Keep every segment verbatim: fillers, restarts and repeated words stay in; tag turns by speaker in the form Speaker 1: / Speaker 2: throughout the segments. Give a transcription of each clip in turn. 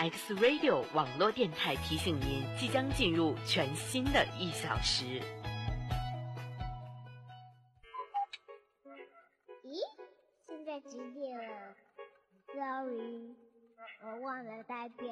Speaker 1: X Radio 网络电台提醒您，即将进入全新的一小时。
Speaker 2: 咦，现在几点了 ？Sorry， 我忘了带表。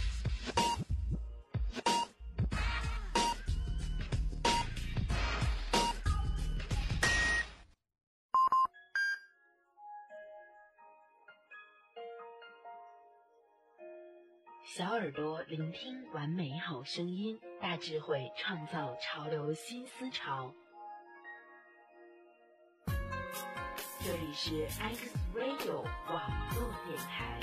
Speaker 1: 小耳朵聆听完美好声音，大智慧创造潮流新思潮。这里是 X Radio 网络电台。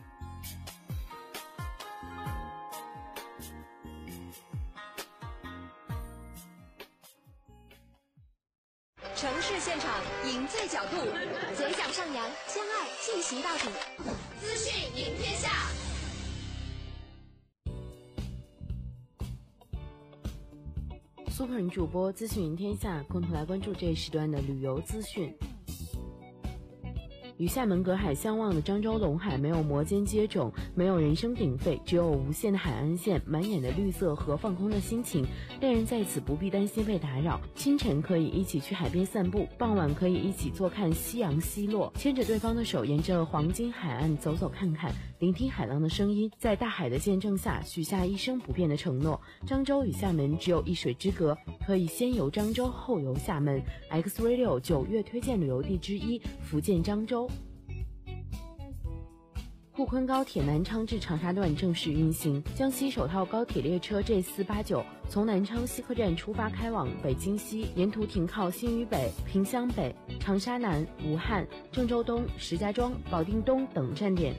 Speaker 3: 城市现场，赢在角度，嘴角上扬，将爱进行到底。资讯赢天下。
Speaker 1: Super 人主播资讯赢天下，共同来关注这一时段的旅游资讯。与厦门隔海相望的漳州陇海没有摩肩接踵，没有人声鼎沸，只有无限的海岸线，满眼的绿色和放空的心情。恋人在此不必担心被打扰，清晨可以一起去海边散步，傍晚可以一起坐看夕阳西落，牵着对方的手，沿着黄金海岸走走看看，聆听海浪的声音，在大海的见证下许下一生不变的承诺。漳州与厦门只有一水之隔，可以先游漳州后游厦门。 X Radio 九月推荐旅游地之一，福建漳州。沪昆高铁南昌至长沙段正式运行，江西首套高铁列车 J 四八九从南昌西客站出发，开往北京西，沿途停靠新余北、萍乡北、长沙南、武汉、郑州东、石家庄、保定东等站点。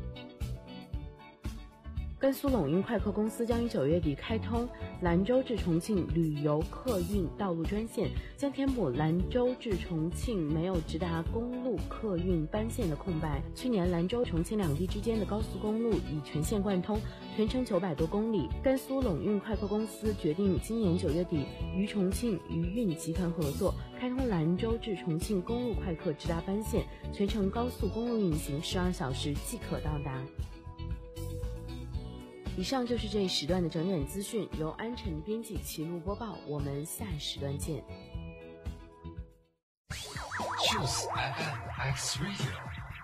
Speaker 1: 甘肃陇运快客公司将于九月底开通兰州至重庆旅游客运道路专线，将填补兰州至重庆没有直达公路客运班线的空白。去年兰州、重庆两地之间的高速公路已全线贯通，全程九百多公里。甘肃陇运快客公司决定今年九月底与重庆渝运集团合作，开通兰州至重庆公路快客直达班线，全程高速公路运行，十二小时即可到达。以上就是这一时段的整点资讯，由安晨编辑齐录播报，我们下一时段见。
Speaker 4: Choose F M X Radio。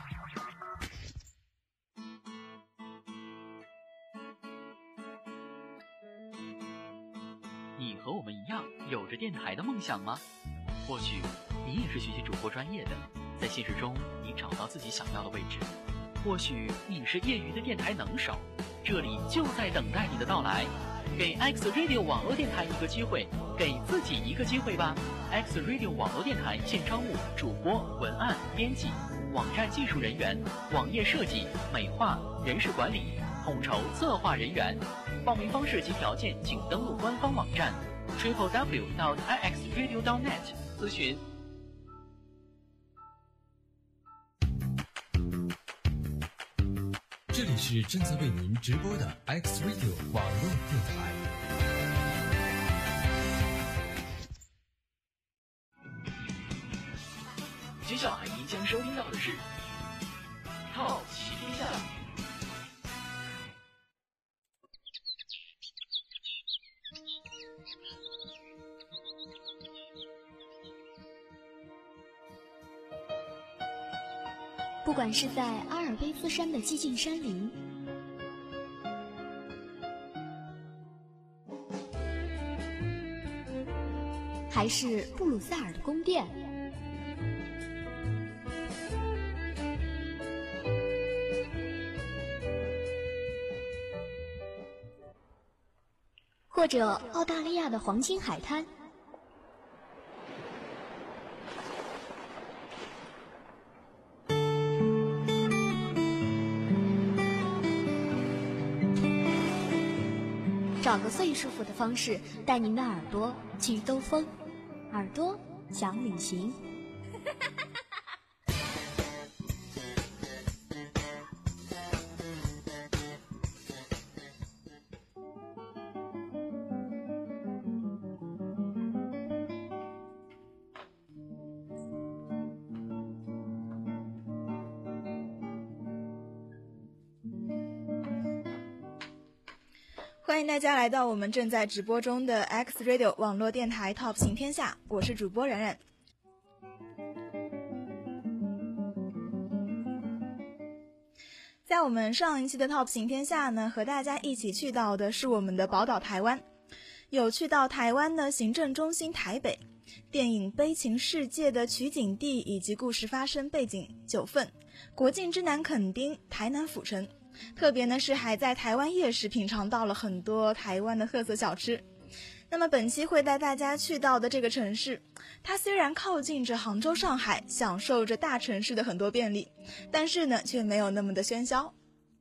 Speaker 5: 你和我们一样有着电台的梦想吗？或许你也是学习主播专业的，在现实中你找到自己想要的位置。或许你是业余的电台能手，这里就在等待你的到来。给 X Radio 网络电台一个机会，给自己一个机会吧。 X Radio 网络电台现招募主播、文案编辑、网站技术人员、网页设计、美化、人事管理、统筹策划人员。报名方式及条件请登录官方网站 triple w dot i x radio dot net 咨询。
Speaker 4: 这里是正在为您直播的 X Radio 网络电台。
Speaker 5: 接下来您将收听到的是好奇天下。
Speaker 3: 不管是在阿尔卑斯山的寂静山林，还是布鲁塞尔的宫殿，或者澳大利亚的黄金海滩，找个最舒服的方式，带您的耳朵去兜风，耳朵想旅行。
Speaker 6: 欢迎大家来到我们正在直播中的 X Radio 网络电台 Top 行天下，我是主播冉冉。在我们上一期的 Top 行天下呢，和大家一起去到的是我们的宝岛台湾，有去到台湾的行政中心台北，电影《悲情世界》的取景地以及故事发生背景九份，国境之南垦丁，台南府城。特别呢是还在台湾夜市品尝到了很多台湾的特色小吃。那么本期会带大家去到的这个城市，它虽然靠近着杭州、上海，享受着大城市的很多便利，但是呢却没有那么的喧嚣。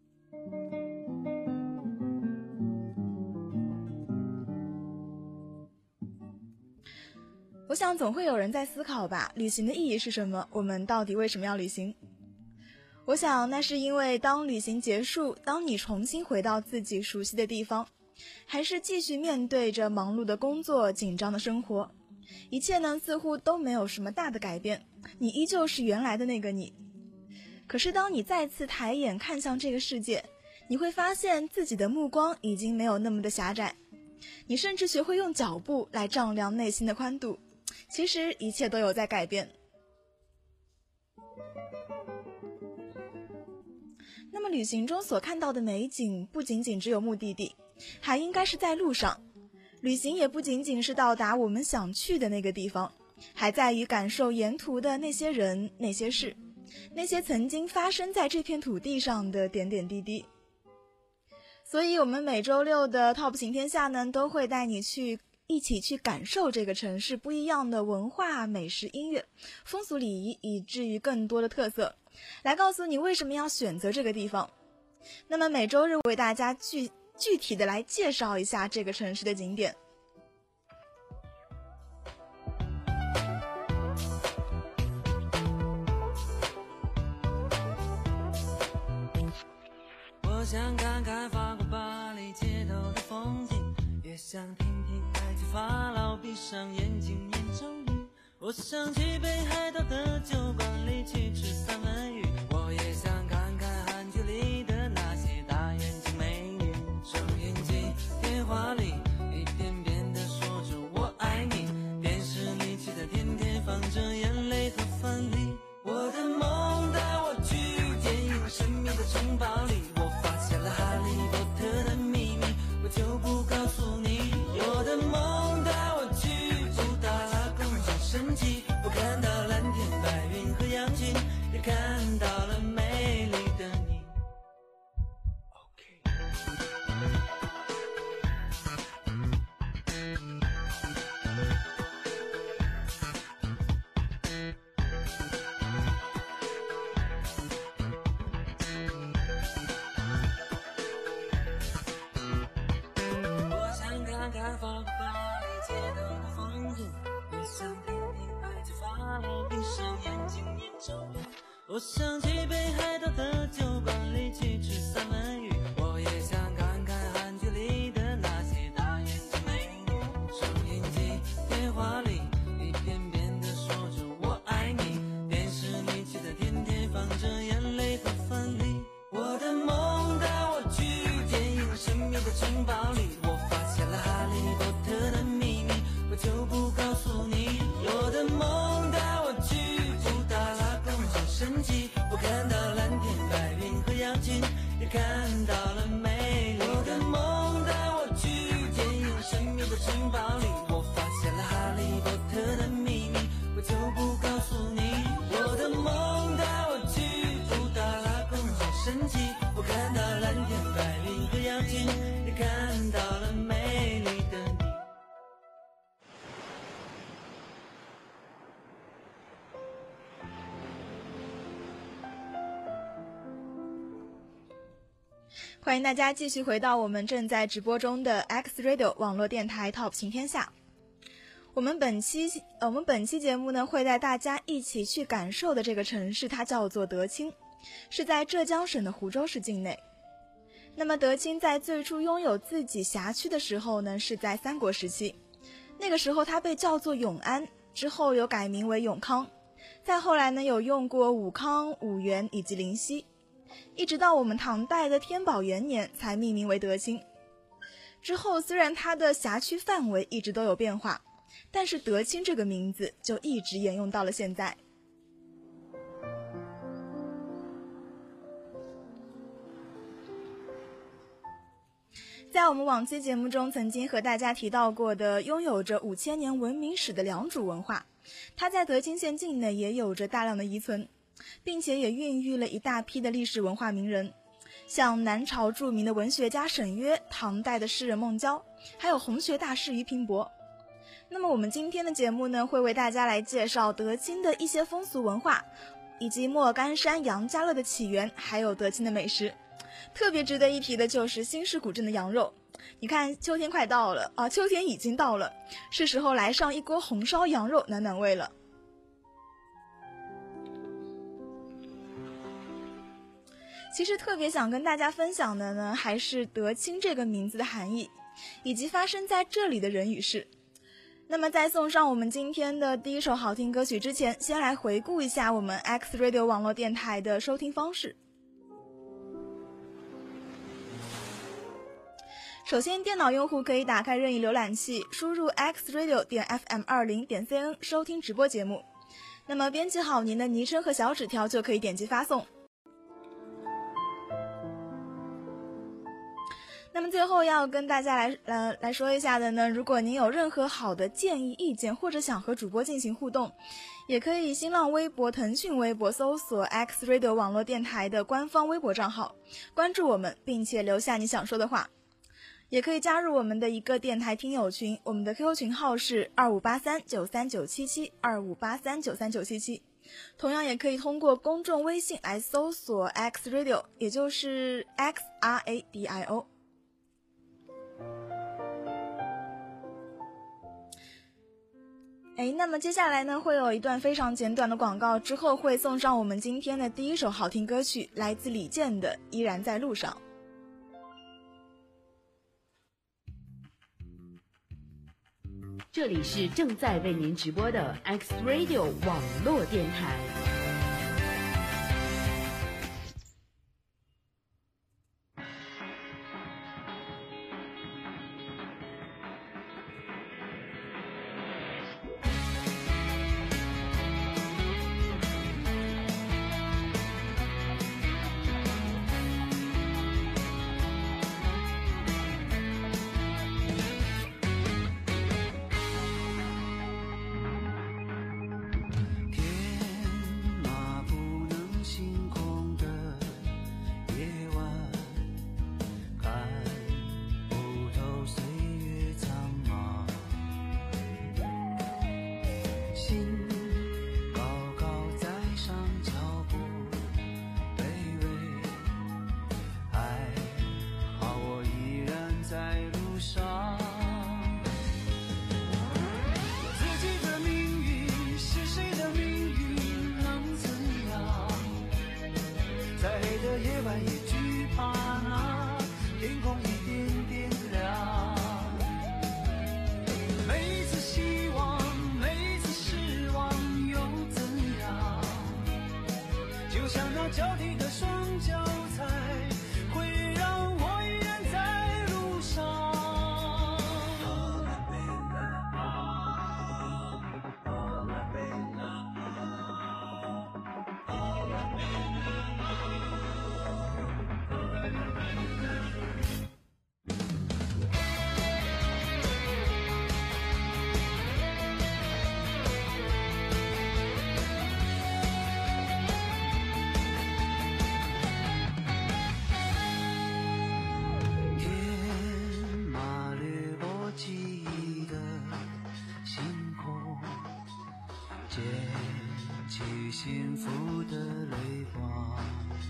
Speaker 6: 我想总会有人在思考吧，旅行的意义是什么？我们到底为什么要旅行？我想那是因为当旅行结束，当你重新回到自己熟悉的地方，还是继续面对着忙碌的工作、紧张的生活，一切呢似乎都没有什么大的改变，你依旧是原来的那个你。可是当你再次抬眼看向这个世界，你会发现自己的目光已经没有那么的狭窄，你甚至学会用脚步来丈量内心的宽度。其实一切都有在改变。那么旅行中所看到的美景不仅仅只有目的地，还应该是在路上。旅行也不仅仅是到达我们想去的那个地方，还在于感受沿途的那些人、那些事，那些曾经发生在这片土地上的点点滴滴。所以我们每周六的 Top 行天下呢，都会带你去一起去感受这个城市不一样的文化、美食、音乐、风俗礼仪，以至于更多的特色，来告诉你为什么要选择这个地方。那么每周日为大家具具体的来介绍一下这个城市的景点。
Speaker 7: 我想看看法国巴黎街头的风景，也想听听埃及法老闭上眼睛念咒语。我想去北海道的酒馆里去吃三文鱼，我也想看看韩剧里的那些大眼睛美女。收音机电话里一遍遍地说着我爱你，电视里记得天天放着眼泪和分离。我的梦带我去电影神秘的城堡里，我发现了哈利波特的秘密，我就不告诉你。我的梦带我去布达拉宫中神迹，我看到蓝天白云和羊群，也看到了美丽的你。 OK。 我想看看法国巴黎街头的风景，也想听听埃及法老闭上眼睛念咒语。我想去北海道的酒馆里去吃三文鱼，我也想看看韩剧里的那些大眼睛美女。收音机电话里一遍遍地说着我爱你，电视里记得天天放着眼泪和分离。我的梦带我去电影神秘的城堡里，我发现了哈利波特的秘密，我就不告诉你。我的梦带我去布达拉宫中神迹，我看到蓝天白云和羊群，也看到了美丽的。我的梦带我去电影神秘的城堡里，我发现了哈利波特的秘密，我就不告诉你。我的梦带我去布达拉宫中神迹，我看到蓝天白云和羊群，也看到了美丽的你。
Speaker 6: 欢迎大家继续回到我们正在直播中的 X Radio 网络电台 Top 行天下。我们本期呃，我们本期节目呢，会带大家一起去感受的这个城市，它叫做德清，是在浙江省的湖州市境内。那么德清在最初拥有自己辖区的时候呢，是在三国时期，那个时候它被叫做永安，之后有改名为永康，再后来呢有用过武康、武元以及临溪，一直到我们唐代的天宝元年才命名为德清。 之后虽然它的辖区范围一直都有变化，但是德清这个名字就一直沿用到了现在。在我们往期节目中曾经和大家提到过的拥有着五千年文明史的良渚文化，它在德清县境内也有着大量的遗存，并且也孕育了一大批的历史文化名人，像南朝著名的文学家沈约，唐代的诗人孟郊，还有红学大师俞平伯。那么我们今天的节目呢，会为大家来介绍德清的一些风俗文化，以及莫干山杨家乐的起源，还有德清的美食。特别值得一提的就是新市古镇的羊肉，你看秋天快到了啊，秋天已经到了，是时候来上一锅红烧羊肉暖暖胃了。其实特别想跟大家分享的呢，还是德清这个名字的含义，以及发生在这里的人与事。那么在送上我们今天的第一首好听歌曲之前，先来回顾一下我们 X Radio 网络电台的收听方式。首先，电脑用户可以打开任意浏览器，输入 x radio 点 f m 二零点 c n 收听直播节目。那么编辑好您的昵称和小纸条，就可以点击发送。那么最后要跟大家来呃来说一下的呢，如果您有任何好的建议意见，或者想和主播进行互动，也可以新浪微博、腾讯微博搜索 X Radio 网络电台的官方微博账号，关注我们，并且留下你想说的话。也可以加入我们的一个电台听友群，我们的 Q Q 群号是二五八三九三九七七 二五八三九三九七七。同样也可以通过公众微信来搜索 X Radio， 也就是 X R A D I O。哎，那么接下来呢，会有一段非常简短的广告，之后会送上我们今天的第一首好听歌曲，来自李健的《依然在路上》。
Speaker 1: 这里是正在为您直播的 X Radio 网络电台。
Speaker 7: 交替的双脚才会让我依然在路上。幸福的泪光，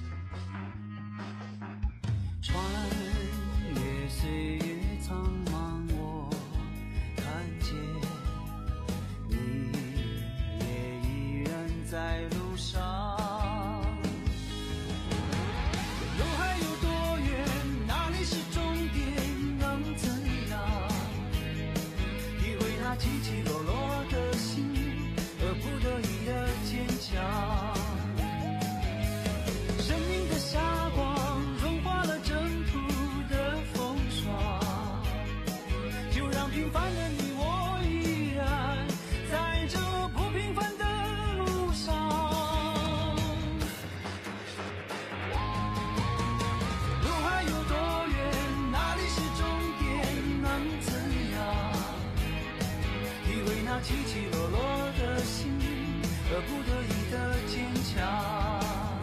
Speaker 7: 穿越岁月苍茫，我看见你也依然在路上。路还有多远？哪里是终点？能怎样体会那起起落落的心，而不得已的坚强？生命的霞光融化了征途的风霜， 平凡的你我依然在这不平凡的路上。路还有多远，哪里是终点，能怎样体会那起起落落的幸运和不得已的坚强。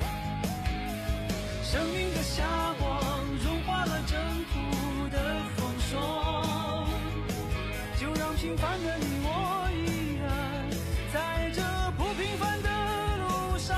Speaker 7: 生命的霞光融化了征途的风霜，就让平凡的你我依然在这不平凡的路上。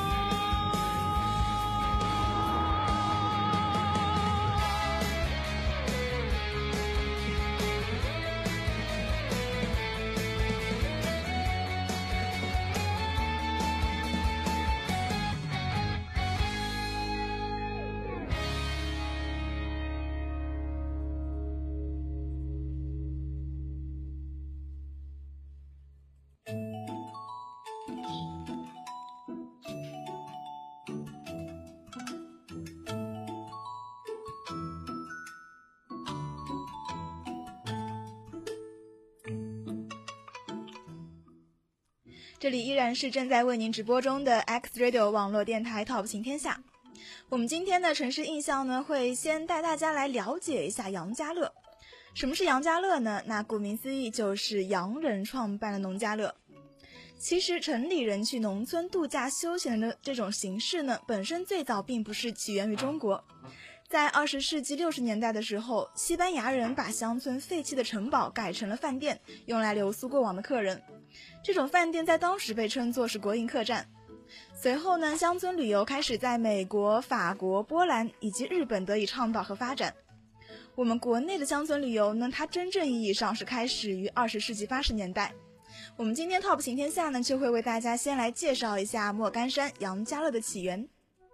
Speaker 6: 这里依然是正在为您直播中的 X Radio 网络电台 Top 行天下。我们今天的城市印象呢，会先带大家来了解一下杨家乐。什么是杨家乐呢？那顾名思义就是洋人创办的农家乐。其实城里人去农村度假休闲的这种形式呢，本身最早并不是起源于中国。在二十世纪六十年代的时候，西班牙人把乡村废弃的城堡改成了饭店，用来留宿过往的客人。这种饭店在当时被称作是国营客栈。随后呢，乡村旅游开始在美国、法国、波兰以及日本得以倡导和发展。我们国内的乡村旅游呢，它真正意义上是开始于二十世纪八十年代。我们今天 Top 行天下呢，就会为大家先来介绍一下莫干山杨家乐的起源。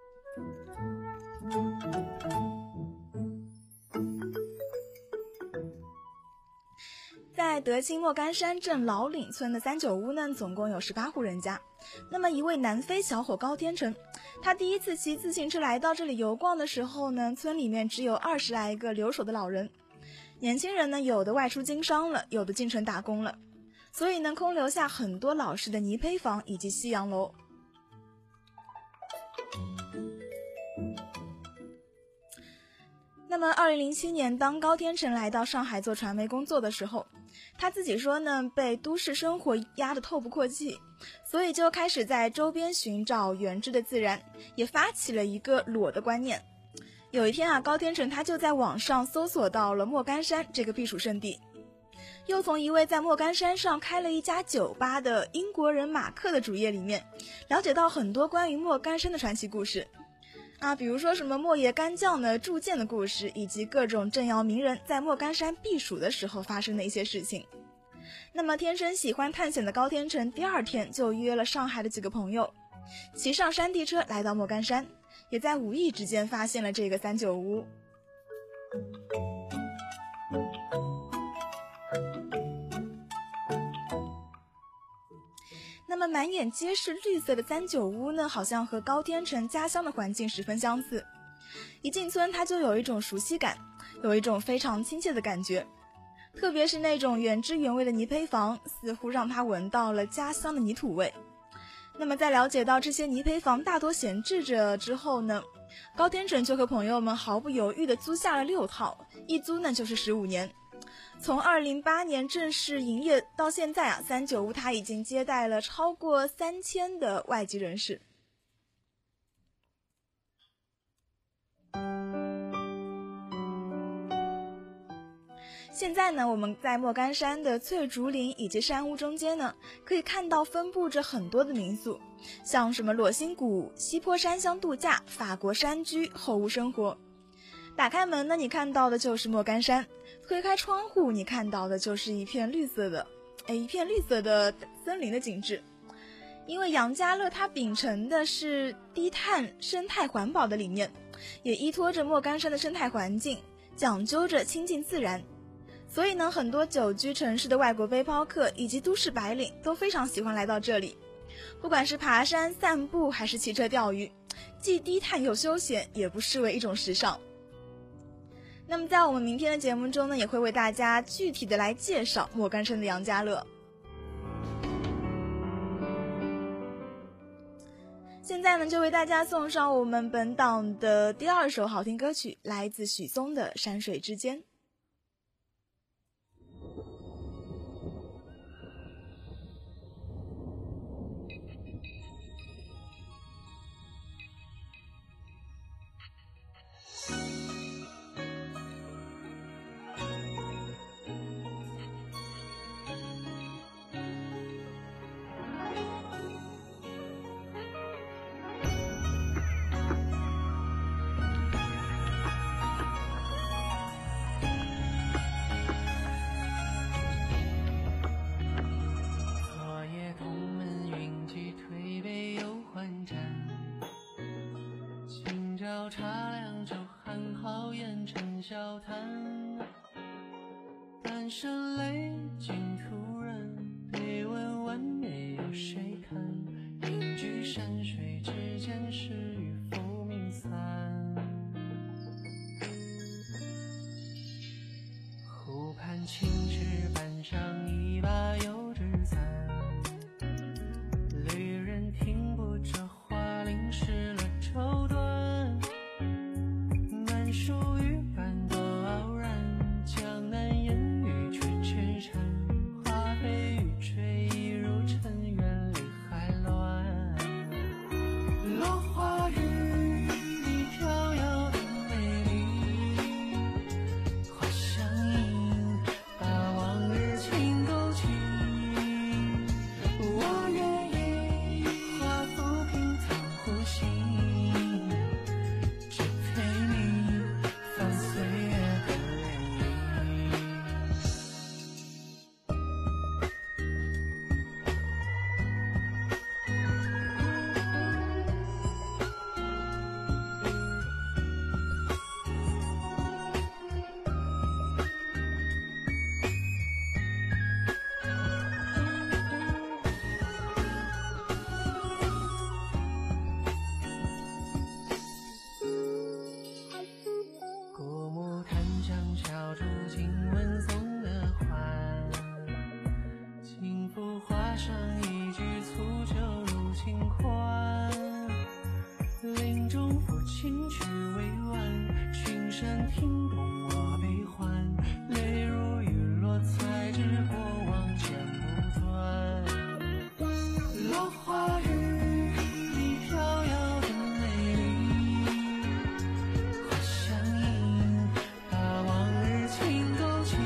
Speaker 6: 在德清莫干山镇老岭村的三九屋呢，总共有十八户人家。那么一位南非小伙高天成，他第一次骑自行车来到这里游逛的时候呢，村里面只有二十来个留守的老人。年轻人呢，有的外出经商了，有的进城打工了，所以呢，空留下很多老式的泥坯房以及西洋楼。那么二零零七年，当高天成来到上海做传媒工作的时候，他自己说呢，被都市生活压得透不过气，所以就开始在周边寻找原汁的自然，也发起了一个裸的观念。有一天啊，高天成他就在网上搜索到了莫干山这个避暑胜地，又从一位在莫干山上开了一家酒吧的英国人马克的主页里面，了解到很多关于莫干山的传奇故事啊，比如说什么莫爷干将的铸剑的故事，以及各种政要名人在莫干山避暑的时候发生的一些事情。那么天生喜欢探险的高天成第二天就约了上海的几个朋友，骑上山地车来到莫干山，也在无意之间发现了这个三九屋。那么满眼皆是绿色的三九屋呢，好像和高天成家乡的环境十分相似。一进村他就有一种熟悉感，有一种非常亲切的感觉，特别是那种原汁原味的泥坯房，似乎让他闻到了家乡的泥土味。那么在了解到这些泥坯房大多闲置着之后呢，高天成就和朋友们毫不犹豫地租下了六套，一租呢就是十五年。从二零零八年正式营业到现在啊，三九屋它已经接待了超过三千的外籍人士。现在呢，我们在莫干山的翠竹林以及山屋中间呢，可以看到分布着很多的民宿，像什么裸心谷、西坡山乡度假、法国山居、后屋生活。打开门呢，你看到的就是莫干山；推开窗户，你看到的就是一片绿色的，哎，一片绿色的森林的景致。因为杨家乐它秉承的是低碳生态环保的理念，也依托着莫干山的生态环境，讲究着亲近自然。所以呢，很多久居城市的外国背包客以及都市白领都非常喜欢来到这里，不管是爬山、散步还是骑车钓鱼，既低碳又休闲，也不失为一种时尚。 那么在我们明天的节目中呢，也会为大家具体的来介绍莫干城的杨家乐。现在呢，就为大家送上我们本档的第二首好听歌曲，来自许嵩的《山水之间》。
Speaker 7: 茶凉酒寒好烟尘笑谈，半生泪尽途人，悲问问没有谁看，隐居山水之间，是与浮名散。湖畔青石板上一把油纸伞，旅人听不着花淋湿了绸缎，树雨般多傲然，江南烟雨却痴缠，花飞雨吹一如尘缘里海乱。落花雨，你飘摇的美丽，花香盈，把往日情勾起。我愿意化浮萍淌湖心，只陪你翻岁月的涟古木檀香敲出经文诵的欢，轻抚画上一句粗酒入清欢，林中抚琴曲委婉，群山听懂我悲欢，泪如雨落才知过往剪不断。落花雨，你飘摇的美丽，花香盈，把往日情勾起。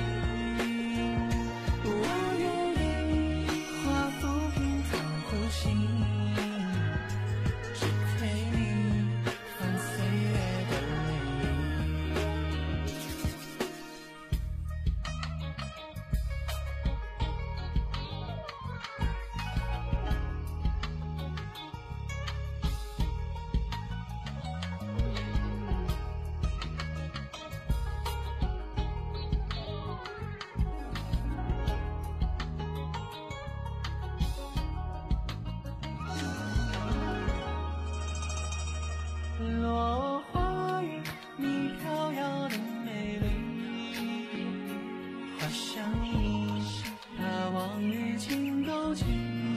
Speaker 7: 我愿意化浮萍淌湖心，只陪你翻岁月的涟漪。落花雨，你飘摇的美丽，花香盈，把往日情勾起。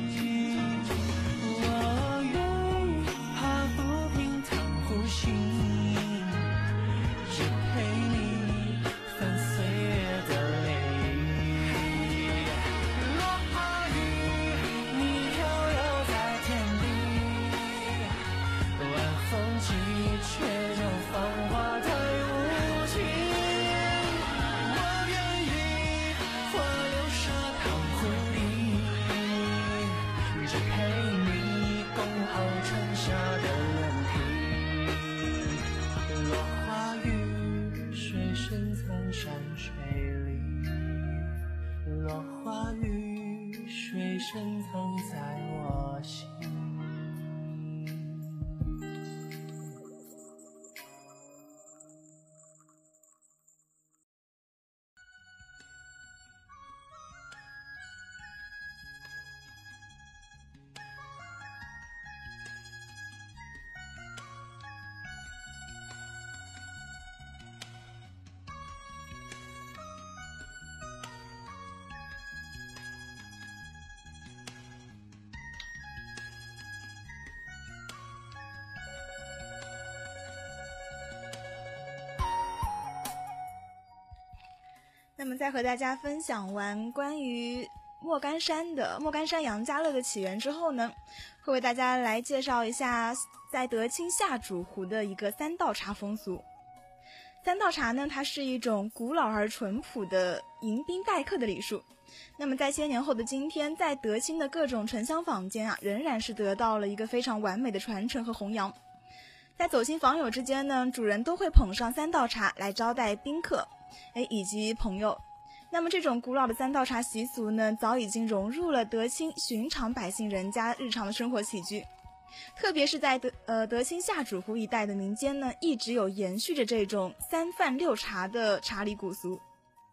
Speaker 7: 我愿意化浮萍淌湖心，只陪你翻岁月的涟漪。落花雨，你飘摇在天地，晚风急，却就芳华太无情。我愿意化流沙淌湖底，只陪你共好春夏的冷僻。落花雨，水深藏山水里，落花雨，水深藏在我心。
Speaker 6: 那么在和大家分享完关于莫干山的莫干山杨家乐的起源之后呢，会为大家来介绍一下在德清下主湖的一个三道茶风俗。三道茶呢，它是一种古老而淳朴的迎宾待客的礼数。那么在千年后的今天，在德清的各种醇香坊间啊，仍然是得到了一个非常完美的传承和弘扬。在走亲访友之间呢，主人都会捧上三道茶来招待宾客，哎，以及朋友。那么这种古老的三道茶习俗呢，早已经融入了德清寻常百姓人家日常的生活起居。特别是在德呃德清下主湖一带的民间呢，一直有延续着这种三饭六茶的茶礼古俗。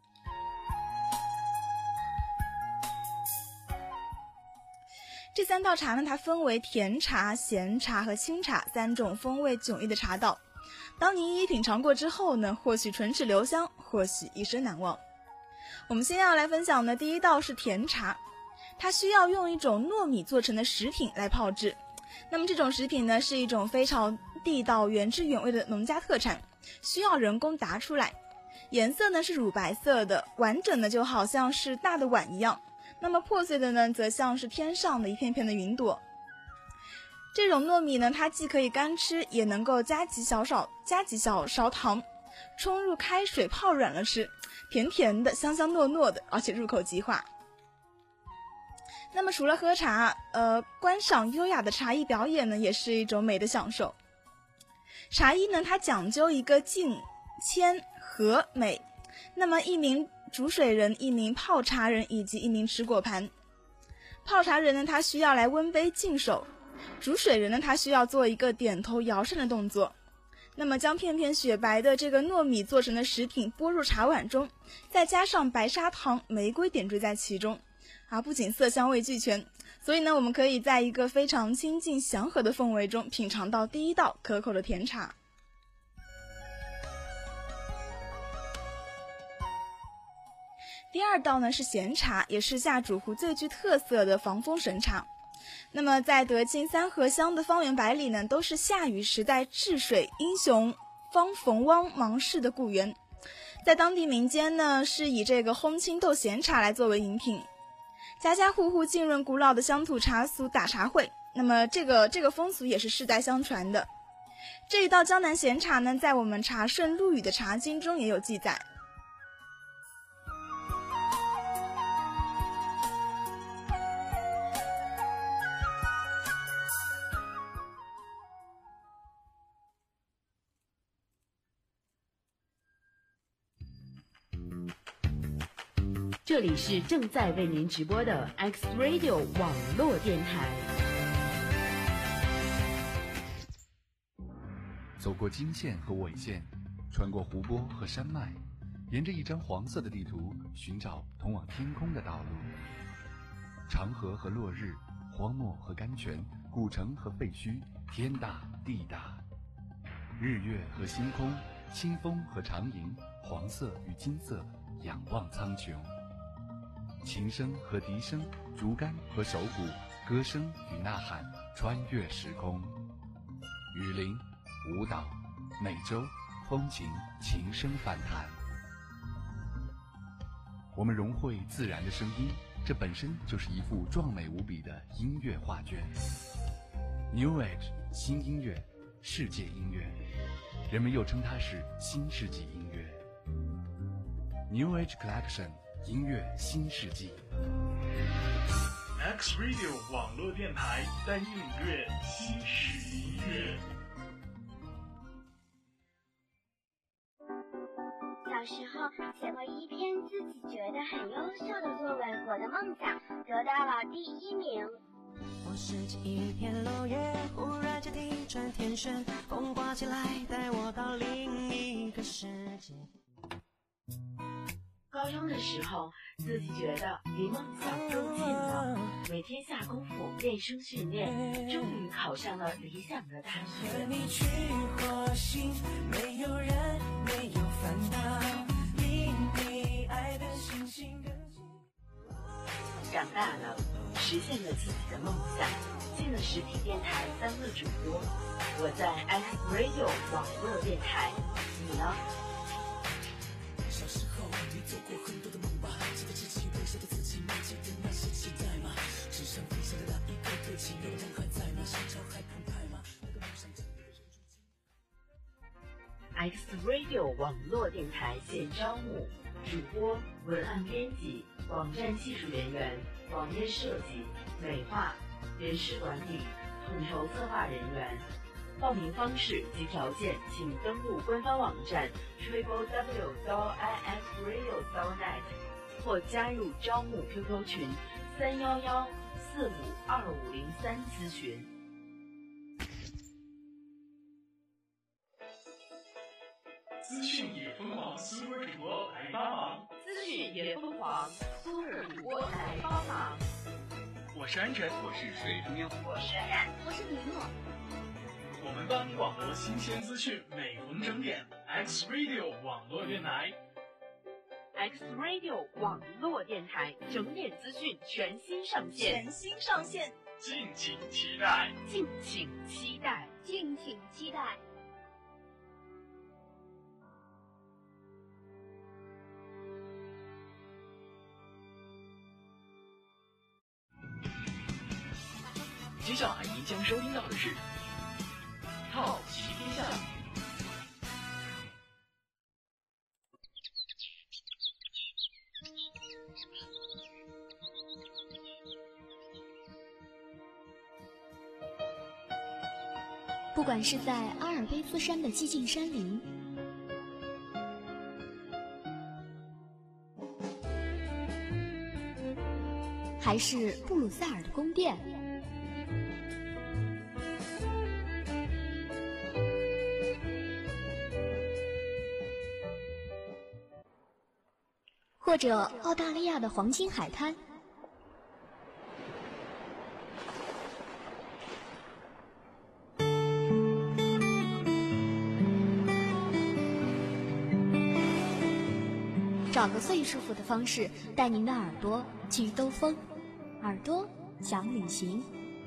Speaker 6: 这三道茶呢，它分为甜茶、咸茶和清茶三种风味迥异的茶道。当您一一品尝过之后呢，或许唇齿留香，或许一生难忘。我们先要来分享的第一道是甜茶，它需要用一种糯米做成的食品来泡制。那么这种食品呢，是一种非常地道原汁原味的农家特产，需要人工打出来。颜色呢是乳白色的，完整的就好像是大的碗一样，那么破碎的呢则像是天上的一片片的云朵。这种糯米呢，它既可以干吃，也能够加几小勺加几小勺糖，冲入开水泡软了吃，甜甜的，香香糯糯的，而且入口即化。那么除了喝茶，呃，观赏优雅的茶艺表演呢，也是一种美的享受。茶艺呢，它讲究一个静、谦、和、美。那么一名煮水人、一名泡茶人以及一名持果盘。泡茶人呢，他需要来温杯净手；煮水人呢，他需要做一个点头摇扇的动作。那么将片片雪白的这个糯米做成的食品拨入茶碗中，再加上白砂糖、玫瑰点缀在其中。啊，不仅色香味俱全，所以呢，我们可以在一个非常清静祥和的氛围中品尝到第一道可口的甜茶。第二道呢是咸茶，也是下主湖最具特色的防风神茶。那么在德清三河乡的方圆百里呢，都是夏禹时代治水英雄方冯汪芒氏的故园。在当地民间呢，是以这个烘青豆咸茶来作为饮品。家家户户浸润古老的乡土茶俗打茶会，那么这个这个风俗也是世代相传的。这一道江南咸茶呢，在我们茶圣陆羽的茶经中也有记载。
Speaker 1: 这里是正在为您直播的 X Radio 网络电台。
Speaker 8: 走过经线和纬线，穿过湖泊和山脉，沿着一张黄色的地图寻找通往天空的道路。长河和落日，荒漠和甘泉，古城和废墟，天大地大。日月和星空，清风和长吟，黄色与金色，仰望苍穹。琴声和笛声，竹竿和手鼓，歌声与呐喊，穿越时空。雨林、舞蹈、美洲、风情，琴声反弹。我们融汇自然的声音，这本身就是一幅壮美无比的音乐画卷。New Age 新音乐，世界音乐，人们又称它是新世纪音乐。New Age Collection。音乐新世纪
Speaker 9: X Radio 网络电台带你领略新式音乐。
Speaker 2: 小时候写过一篇自己觉得很优秀的作文，我的梦想得到了第一名。
Speaker 7: 我拾起一片落叶，忽然间地转天旋，风刮起来带我到另一个世界。
Speaker 1: 高中的时候，自己觉得离梦想更近了，每天下功夫练声训练，终于考上了理想的大学。
Speaker 7: 你去火星，没有人，没有烦恼，离你爱的星星更近。
Speaker 1: 长大了，实现了自己的梦想，进了实体电台当了主播。我在 X Radio 网络电台，你呢？
Speaker 7: 小时候你走过很多
Speaker 1: X Radio 网络电台现招募主播、文案编辑、网站技术人员、网页设计、美化、人事管理、统筹策划人员。报名方式及条件，请登录官方网站 triple w 点 i x radio 点 net 或加入招募 Q Q 群三一一四五二五零三咨询。
Speaker 9: 资讯也疯狂，苏尔主播来帮忙。
Speaker 1: 资讯也疯狂，苏尔主播来帮忙。
Speaker 9: 我是安晨，
Speaker 8: 我是水中央，
Speaker 2: 我是冉冉，
Speaker 3: 我是李诺。
Speaker 9: 我们帮你网罗新鲜资讯，每逢整点 X Radio 网络电台。
Speaker 1: X Radio 网络电台整点资讯全新上线，
Speaker 6: 全新上线，
Speaker 9: 敬请期待，
Speaker 1: 敬请期待，
Speaker 3: 敬请期待。
Speaker 5: 接下来您将收听到的是好奇天下。
Speaker 3: 不管是在阿尔卑斯山的寂静山林，还是布鲁塞尔的宫殿，或者澳大利亚的黄金海滩，找个最舒服的方式，带您的耳朵去兜风，耳朵想旅行。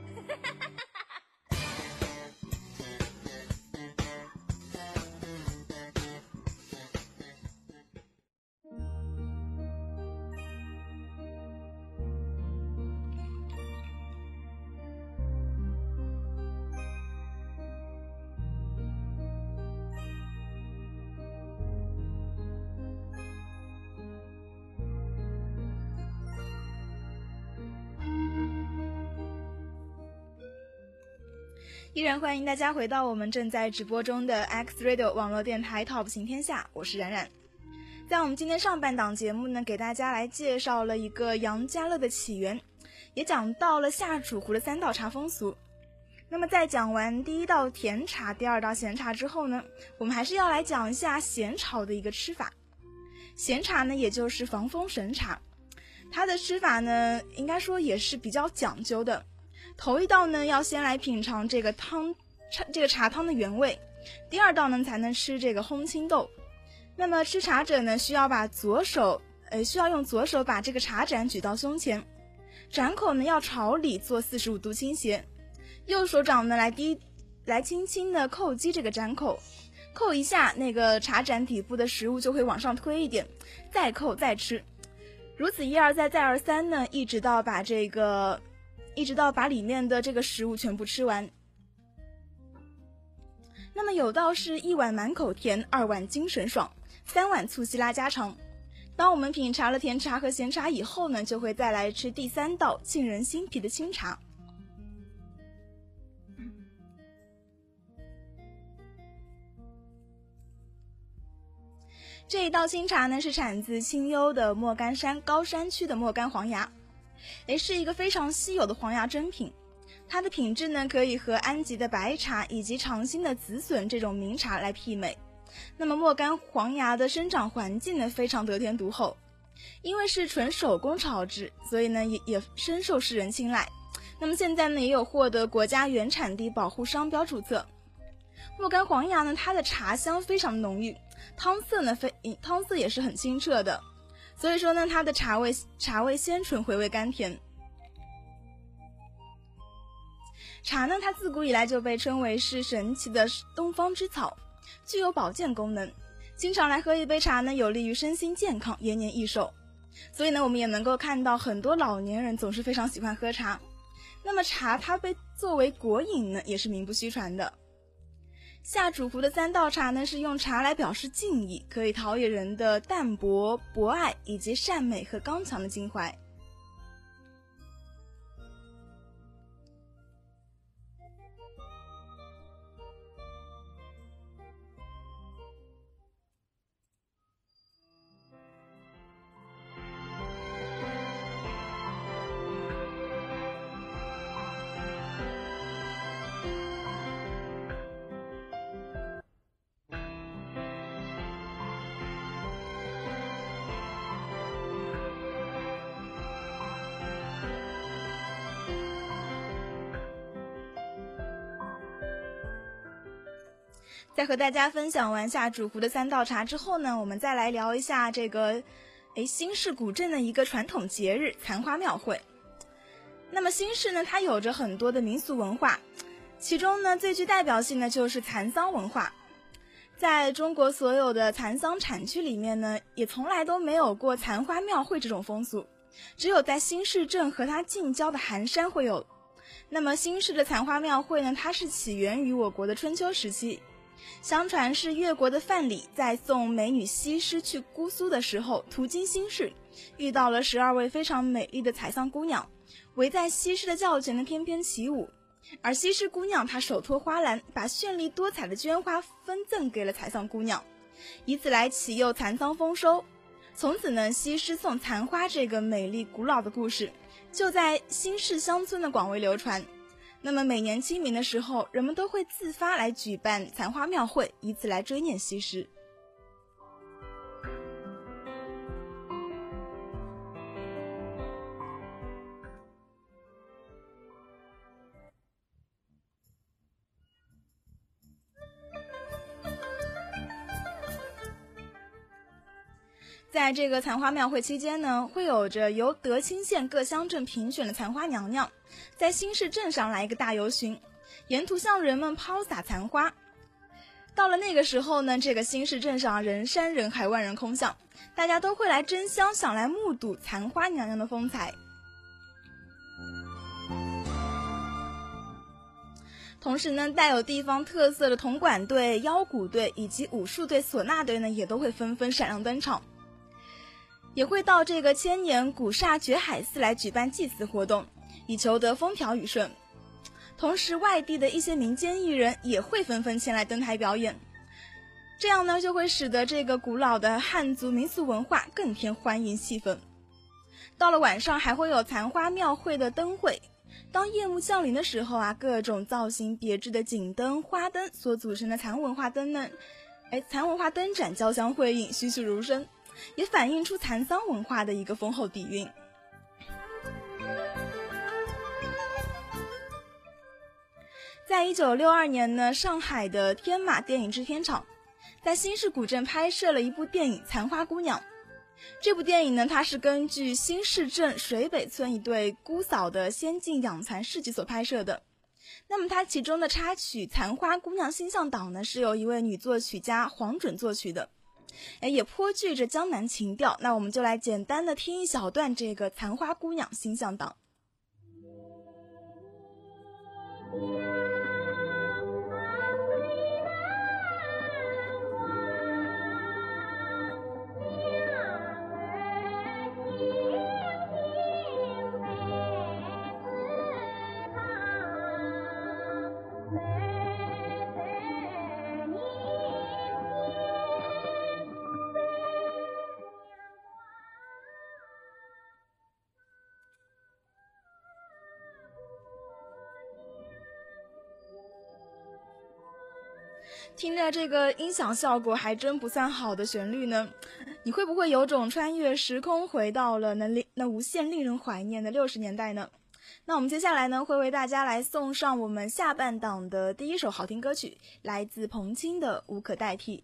Speaker 6: 依然欢迎大家回到我们正在直播中的 X Radio 网络电台 Top 行天下，我是冉冉。在我们今天上半档节目呢，给大家来介绍了一个杨家乐的起源，也讲到了下楚湖的三道茶风俗。那么在讲完第一道甜茶、第二道咸茶之后呢，我们还是要来讲一下咸炒的一个吃法。咸茶呢，也就是防风神茶，它的吃法呢，应该说也是比较讲究的。头一道呢，要先来品尝这个汤，这个茶汤的原味；第二道呢，才能吃这个烘青豆。那么吃茶者呢，需要把左手，呃，需要用左手把这个茶盏举到胸前，盏口呢要朝里做四十五度倾斜，右手掌呢来低，来轻轻的扣击这个盏口，扣一下，那个茶盏底部的食物就会往上推一点，再扣再吃，如此一而再再而三呢，一直到把这个。一直到把里面的这个食物全部吃完。那么有道是一碗满口甜，二碗精神爽，三碗促膝拉家常。当我们品尝了甜茶和咸茶以后呢，就会再来吃第三道沁人心脾的清茶。这一道清茶呢，是产自清幽的莫干山高山区的莫干黄芽。诶，是一个非常稀有的黄芽珍品，它的品质呢可以和安吉的白茶以及长兴的紫笋这种名茶来媲美。那么莫干黄芽的生长环境呢非常得天独厚，因为是纯手工炒制，所以呢也也深受世人青睐。那么现在呢也有获得国家原产地保护商标注册。莫干黄芽呢，它的茶香非常浓郁，汤色呢非汤色也是很清澈的。所以说呢，它的茶味茶味鲜醇，回味甘甜。茶呢，它自古以来就被称为是神奇的东方之草，具有保健功能。经常来喝一杯茶呢，有利于身心健康，延年益寿。所以呢，我们也能够看到很多老年人总是非常喜欢喝茶。那么茶它被作为国饮呢，也是名不虚传的。 下主湖的三道茶呢，是用茶来表示敬意，可以陶冶人的淡泊、博爱以及善美和刚强的襟怀。在和大家分享完下主湖的三道茶之后呢，我们再来聊一下这个诶新市古镇的一个传统节日残花庙会。那么新市呢，它有着很多的民俗文化，其中呢最具代表性的就是蚕桑文化。在中国所有的蚕桑产区里面呢，也从来都没有过残花庙会这种风俗，只有在新市镇和它近郊的寒山会有。那么新市的残花庙会呢，它是起源于我国的春秋时期，相传是越国的范蠡在送美女西施去姑苏的时候，途经新市，遇到了十二位非常美丽的采桑姑娘，围在西施的轿前的翩翩起舞。而西施姑娘她手托花篮，把绚丽多彩的绢花分赠给了采桑姑娘，以此来启佑蚕桑丰收。从此呢，西施送蚕花这个美丽古老的故事就在新市乡村的广为流传。那么每年清明的时候，人们都会自发来举办残花庙会，以此来追念西施。在这个残花庙会期间呢，会有着由德清县各乡镇评选的残花娘娘在新市镇上来一个大游巡，沿途向人们抛洒残花。到了那个时候呢，这个新市镇上人山人海，万人空巷，大家都会来争相想来目睹残花娘娘的风采。同时呢，带有地方特色的铜管队、腰鼓队以及武术队、唢呐队呢，也都会纷纷闪亮登场，也会到这个千年古刹觉海寺来举办祭祀活动，以求得风调雨顺。同时外地的一些民间艺人也会纷纷前来登台表演，这样呢就会使得这个古老的汉族民俗文化更添欢迎气氛。到了晚上还会有残花庙会的灯会，当夜幕降临的时候啊，各种造型别致的锦灯、花灯所组成的残文化灯呢，哎，残文化灯展交相辉映，栩栩如生，也反映出蚕桑文化的一个丰厚底蕴。在一九六二年呢，上海的天马电影制片厂在新市古镇拍摄了一部电影《残花姑娘》。这部电影呢，它是根据新市镇水北村一对姑嫂的先进养蚕事迹所拍摄的。那么它其中的插曲《残花姑娘心向导》呢，是由一位女作曲家黄准作曲的，也颇具着江南情调。那我们就来简单的听一小段这个《残花姑娘心向导》。听着这个音响效果还真不算好的旋律呢，你会不会有种穿越时空回到了那那无限令人怀念的六十年代呢？那我们接下来呢，会为大家来送上我们下半档的第一首好听歌曲，来自彭青的《无可代替》。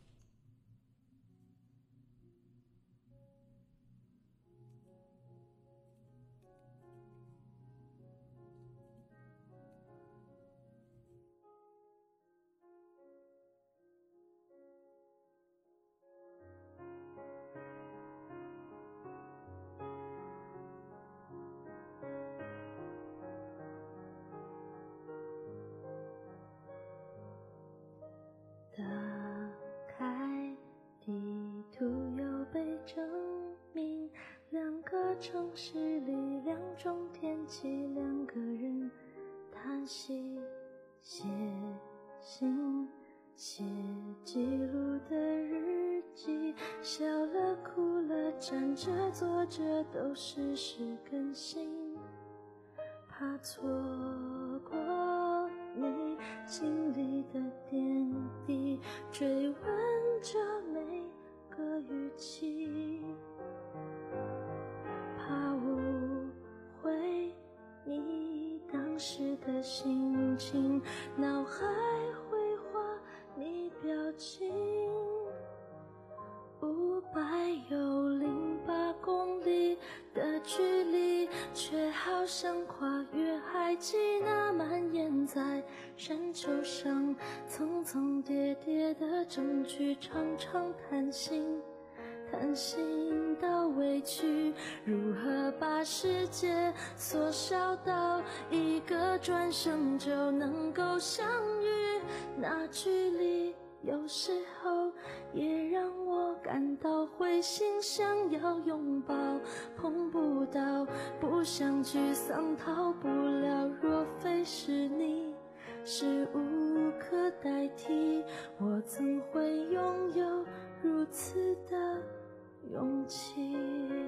Speaker 10: 市里两种天气，两个人叹息，写信写记录的日记，笑了哭了站着坐着都实时更新，怕错过你经历的点滴，追问着每个语气，怕误会你当时的心情，脑海绘画你表情。五百有零八公里的距离，却好像跨越海际，那蔓延在山丘上，层层叠叠的证据，常常贪心贪心到委屈，如何把世界缩小到一个转身就能够相遇，那距离有时候也让我感到灰心，想要拥抱碰不到，不想沮丧逃不了，若非是你是无可代替，我怎会拥有如此的勇气。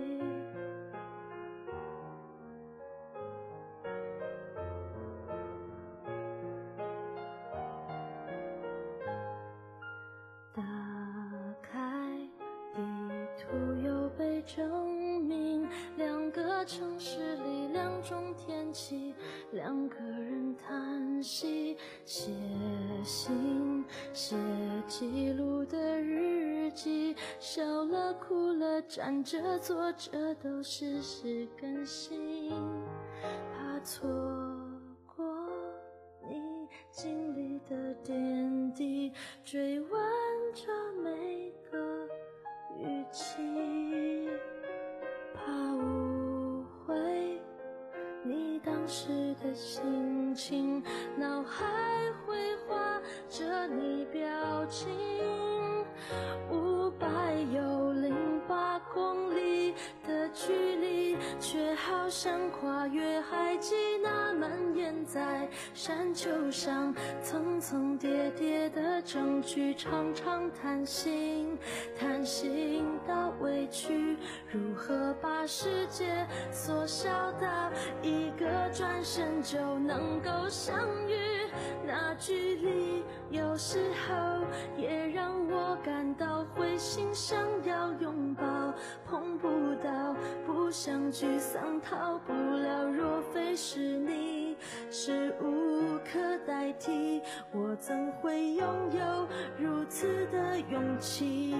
Speaker 10: 打开地图又被证明，两个城市里两种天气，两个人叹息，写信写记录的日记，笑了哭了站着坐着都实时更新，怕错过你经历的点滴，追问着每个语气，怕误会你当时的心情，脑海绘画着你表情。五百有零八公里的距离，却好像跨越海际，那蔓延在山丘上，层层叠叠的证据，常常贪心贪心到委屈，如何把世界缩小到一个转身就能够相遇，那距离有时候也让我感到灰心，想要拥抱碰不到，不想沮丧逃不了，若非是你是无可代替，我怎会拥有如此的勇气。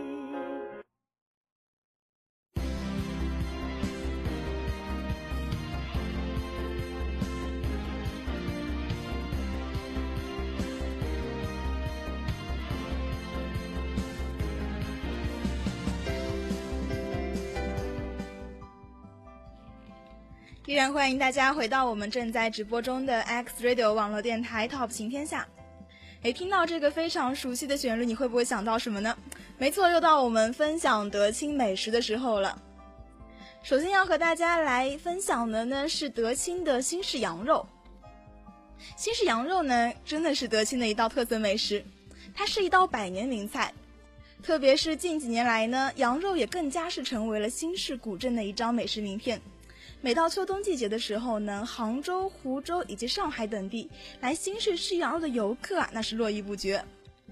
Speaker 6: 依然欢迎大家回到我们正在直播中的 X Radio 网络电台 Top 行天下。诶，听到这个非常熟悉的旋律，你会不会想到什么呢？没错，又到我们分享德清美食的时候了。首先要和大家来分享的呢是德清的新式羊肉。新式羊肉呢真的是德清的一道特色美食，它是一道百年名菜。特别是近几年来呢，羊肉也更加是成为了新式古镇的一张美食名片。每到秋冬季节的时候呢，杭州、湖州以及上海等地来新市吃羊肉的游客啊，那是络绎不绝。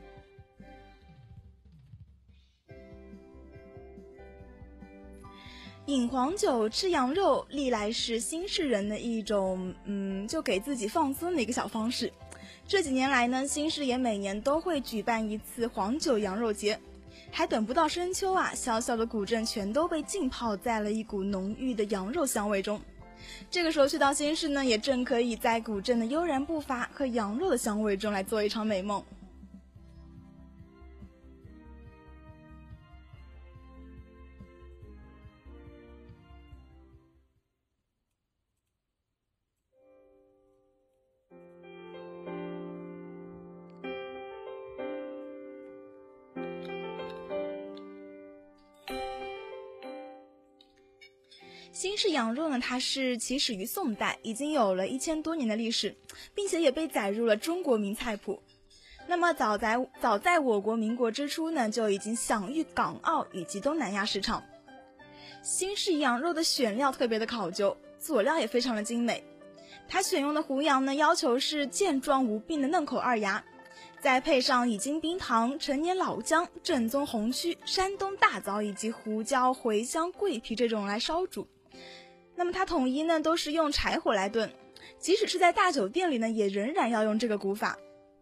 Speaker 6: 饮黄酒吃羊肉历来是新市人的一种嗯，就给自己放松的一个小方式。这几年来呢，新市也每年都会举办一次黄酒羊肉节。还等不到深秋啊，小小的古镇全都被浸泡在了一股浓郁的羊肉香味中。这个时候去到新市呢，也正可以在古镇的悠然步伐和羊肉的香味中来做一场美梦。 新式羊肉呢，它是起始于宋代，已经有了一千多年的历史，并且也被载入了中国名菜谱。那么早在早在我国民国之初呢，就已经享誉港澳以及东南亚市场。新式羊肉的选料特别的考究，佐料也非常的精美。它选用的胡羊呢，要求是健壮无病的嫩口二牙，再配上已经冰糖、陈年老姜、正宗红曲、山东大枣以及胡椒、茴香、桂皮这种来烧煮。那么它统一呢都是用柴火来炖，即使是在大酒店里呢，也仍然要用这个古法。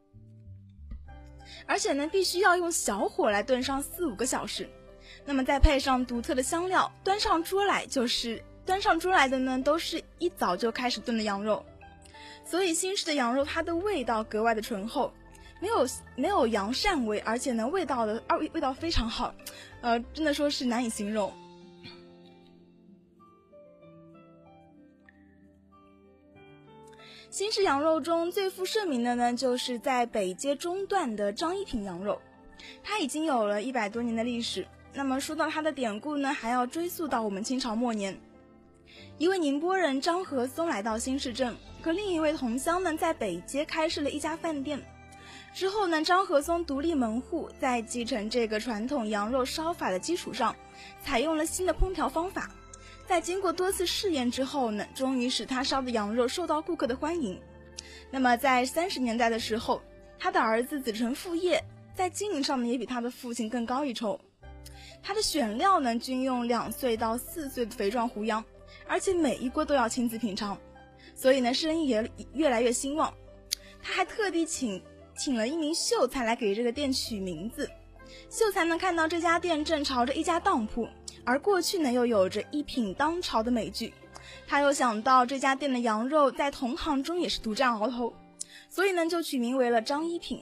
Speaker 6: 而且呢，必须要用小火来炖上四五个小时。那么再配上独特的香料，端上桌来就是端上桌来的呢，都是一早就开始炖的羊肉。所以新式的羊肉它的味道格外的醇厚，没有没有羊膻味，而且呢味道的味味道非常好，呃，真的说是难以形容。新式羊肉中最负盛名的呢，就是在北街中段的张一品羊肉，它已经有了一百多年的历史。那么说到它的典故呢，还要追溯到我们清朝末年，一位宁波人张和松来到新市镇，和另一位同乡呢在北街开设了一家饭店。之后呢，张和松独立门户，在继承这个传统羊肉烧法的基础上，采用了新的烹调方法。在经过多次试验之后呢，终于使他烧的羊肉受到顾客的欢迎。那么在三十年代的时候，他的儿子子承父业，在经营上面也比他的父亲更高一筹。他的选料呢，均用两岁到四岁的肥壮胡羊，而且每一锅都要亲自品尝，所以呢，生意也越来越兴旺。他还特地请请了一名秀才来给这个店取名字。秀才呢，看到这家店正朝着一家当铺，而过去呢又有着一品当朝的美誉，他又想到这家店的羊肉在同行中也是独占鳌头，所以呢就取名为了张一品。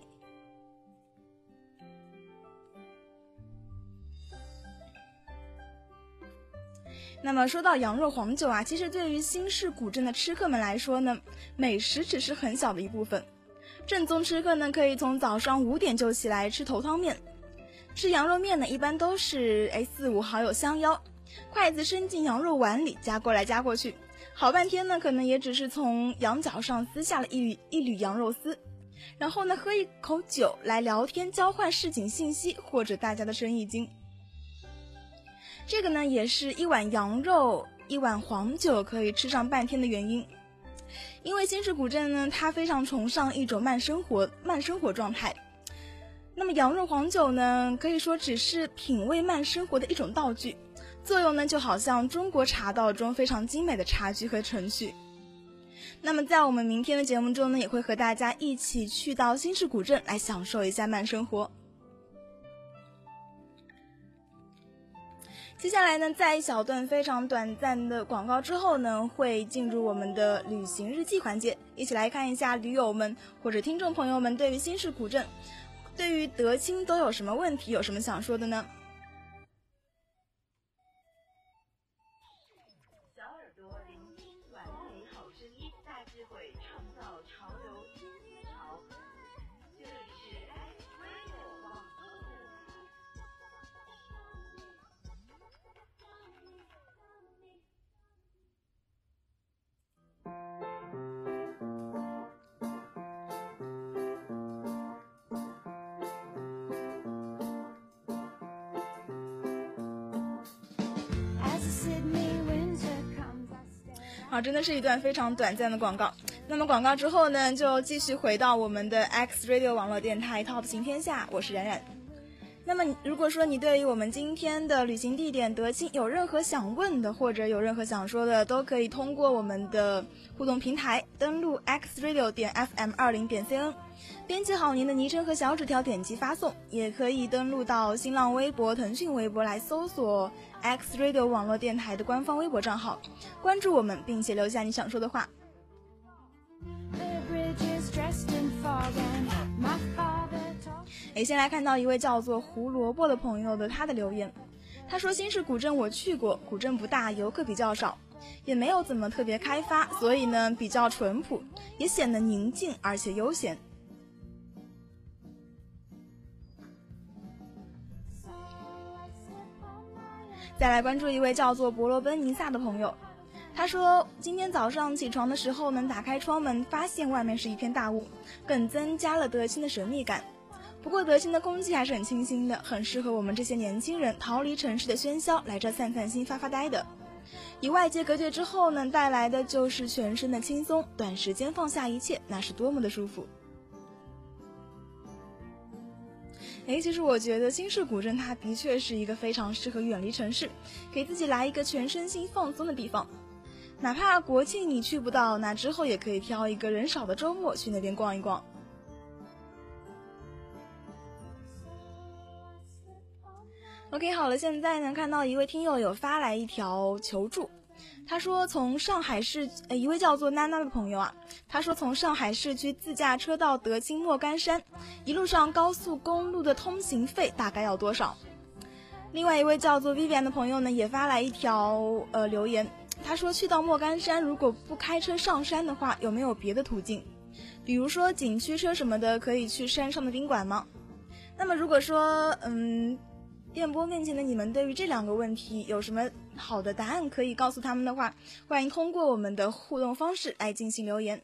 Speaker 6: 那么说到羊肉黄酒啊，其实对于新式古镇的吃客们来说呢，美食只是很小的一部分。正宗吃客呢，可以从早上五点就起来吃头汤面。吃羊肉面呢，一般都是哎四五好友相邀，筷子伸进羊肉碗里，夹过来夹过去，好半天呢，可能也只是从羊角上撕下了一缕一缕羊肉丝，然后呢，喝一口酒来聊天，交换市井信息或者大家的生意经。这个呢，也是一碗羊肉一碗黄酒可以吃上半天的原因。因为新式古镇呢，它非常崇尚一种慢生活慢生活状态。那么羊肉黄酒呢，可以说只是品味慢生活的一种道具，作用呢就好像中国茶道中非常精美的茶具和程序。那么在我们明天的节目中呢，也会和大家一起去到新式古镇来享受一下慢生活。接下来呢，在一小段非常短暂的广告之后呢，会进入我们的旅行日记环节，一起来看一下驴友们或者听众朋友们对于新式古镇，对于德清都有什么问题，有什么想说的呢？
Speaker 11: 小耳朵聆听完美好声音，大智慧创造潮流新思潮。这里是 X Radio 网络电台。
Speaker 6: 好，真的是一段非常短暂的广告。那么广告之后呢，就继续回到我们的 X Radio 网络电台 Top 行天下，我是冉冉。那么如果说你对于我们今天的旅行地点德清有任何想问的，或者有任何想说的，都可以通过我们的互动平台登录 x radio 点 f m 二零点 c n， 编辑好您的昵称和小纸条，点击发送。也可以登录到新浪微博、腾讯微博来搜索 X Radio 网络电台的官方微博账号，关注我们，并且留下你想说的话。诶，先来看到一位叫做胡萝卜的朋友的他的留言，他说新式古镇我去过，古镇不大，游客比较少，也没有怎么特别开发，所以呢比较淳朴，也显得宁静而且悠闲。再来关注一位叫做博罗奔尼撒的朋友， 他说今天早上起床的时候能打开窗门，发现外面是一片大雾，更增加了德清的神秘感。不过德清的空气还是很清新的，很适合我们这些年轻人逃离城市的喧嚣，来这散散心发发呆的。与外界隔绝之后呢，带来的就是全身的轻松，短时间放下一切，那是多么的舒服。诶，其实我觉得新市古镇它的确是一个非常适合远离城市，给自己来一个全身心放松的地方。哪怕国庆你去不到，那之后也可以挑一个人少的周末去那边逛一逛。OK， 好了，现在呢看到一位听友有发来一条求助，他说从上海市，呃，一位叫做娜娜的朋友啊，他说从上海市区自驾车到德清莫干山，一路上高速公路的通行费大概要多少？另外一位叫做 Vivian 的朋友呢也发来一条呃留言，他说去到莫干山如果不开车上山的话，有没有别的途径？比如说景区车什么的，可以去山上的宾馆吗？那么如果说嗯电波面前的你们对于这两个问题有什么好的答案可以告诉他们的话，欢迎通过我们的互动方式来进行留言。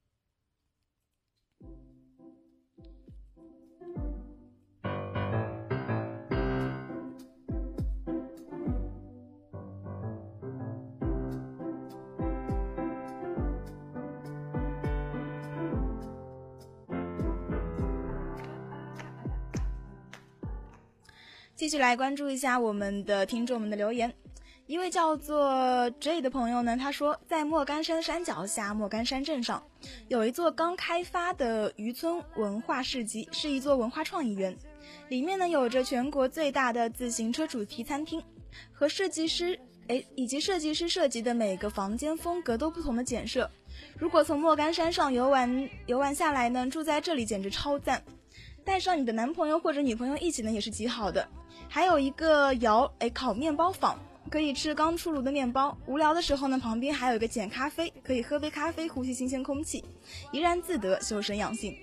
Speaker 6: 继续来关注一下我们的听众们的留言。一位叫做 J 的朋友呢，他说在莫干山山脚下莫干山镇上有一座刚开发的渔村文化市集，是一座文化创意园，里面呢有着全国最大的自行车主题餐厅，和设计师诶以及设计师设计的每个房间风格都不同的简设。如果从莫干山上游玩游玩下来呢，住在这里简直超赞，带上你的男朋友或者女朋友一起呢也是极好的。还有一个窑诶烤面包坊，可以吃刚出炉的面包，无聊的时候呢旁边还有一个简咖啡，可以喝杯咖啡呼吸新鲜空气，怡然自得，修身养性。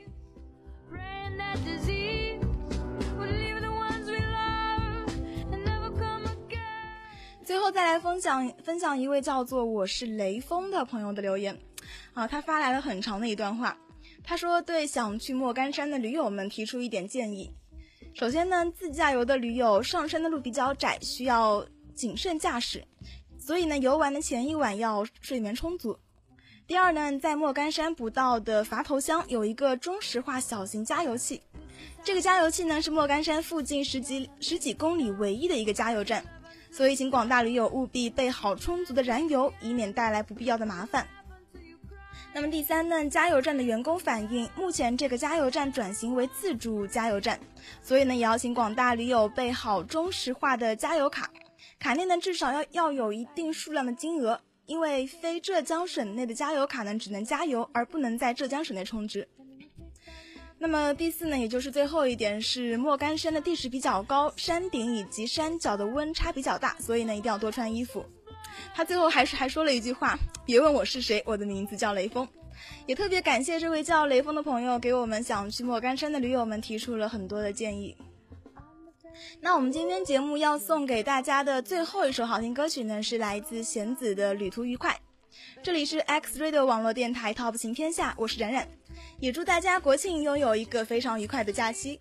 Speaker 6: 最后再来分享分享一位叫做我是雷锋的朋友的留言啊，他发来了很长的一段话。他说对想去莫干山的驴友们提出一点建议。首先呢，自驾游的驴友上山的路比较窄，需要谨慎驾驶，所以呢游玩的前一晚要睡眠充足。第二呢，在莫干山步道的垡头乡有一个中石化小型加油器，这个加油器呢是莫干山附近十几十几公里唯一的一个加油站，所以请广大驴友务必备好充足的燃油，以免带来不必要的麻烦。那么第三呢，加油站的员工反映，目前这个加油站转型为自助加油站，所以呢也要请广大驴友备好中石化的加油卡，卡内呢至少要要有一定数量的金额，因为非浙江省内的加油卡呢只能加油，而不能在浙江省内充值。那么第四呢，也就是最后一点是莫干山的地势比较高，山顶以及山脚的温差比较大，所以呢一定要多穿衣服。他最后还是还说了一句话，别问我是谁，我的名字叫雷锋。也特别感谢这位叫雷锋的朋友给我们想去莫干山的驴友们提出了很多的建议。那我们今天节目要送给大家的最后一首好听歌曲呢，是来自弦子的旅途愉快。这里是 X Radio 网络电台 Top 行天下，我是冉冉，也祝大家国庆拥有一个非常愉快的假期。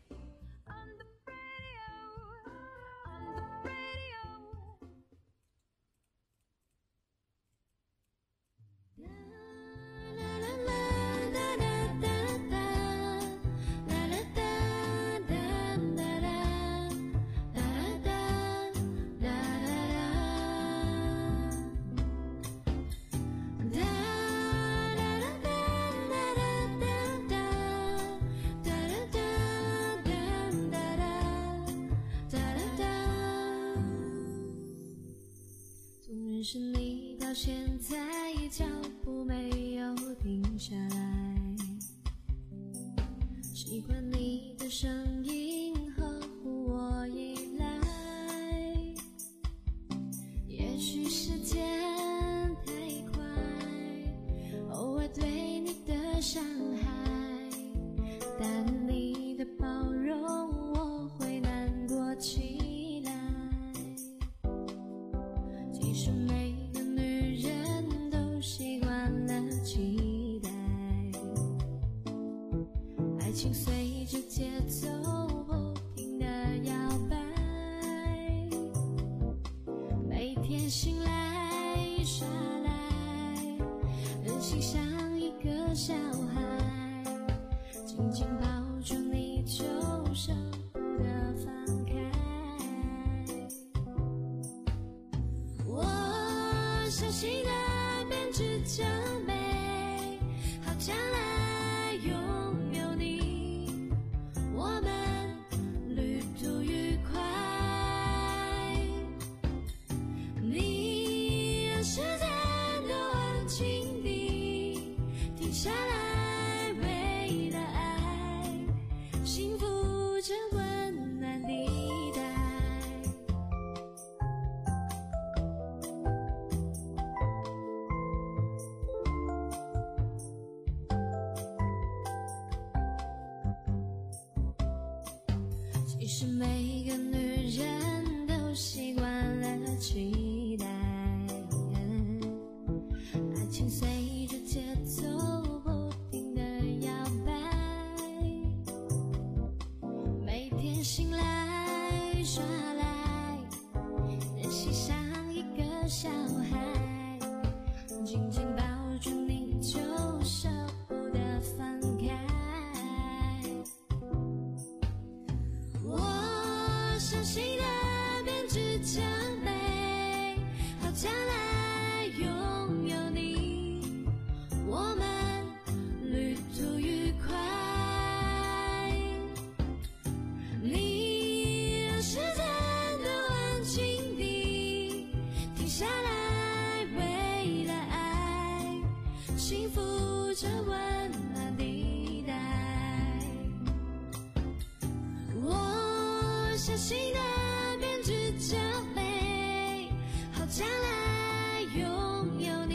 Speaker 10: 是你到现在脚步没有停下来，习惯你的声音呵护我依赖，也许时间太快，偶尔对你的伤害，但你的包容我会难过起来。其实每个女人情随着节奏不停地摇摆，每天醒来耍赖，任性像一个小孩，紧紧抱住你就舍不得放开。我小心地编织着美好将来，拥有你，我们旅途愉快。你让时间都安静地停下来，为了爱，幸福这温暖地带。其实每个女人都习惯了期待，爱情随着节奏不停地摇摆，每天醒来耍赖，任性像一个小孩，紧紧抱住你就舍不得放开。我小心地编织着美好将来，拥有你，我们旅途愉快。你让时间都安静地停下来，为了爱，幸福这温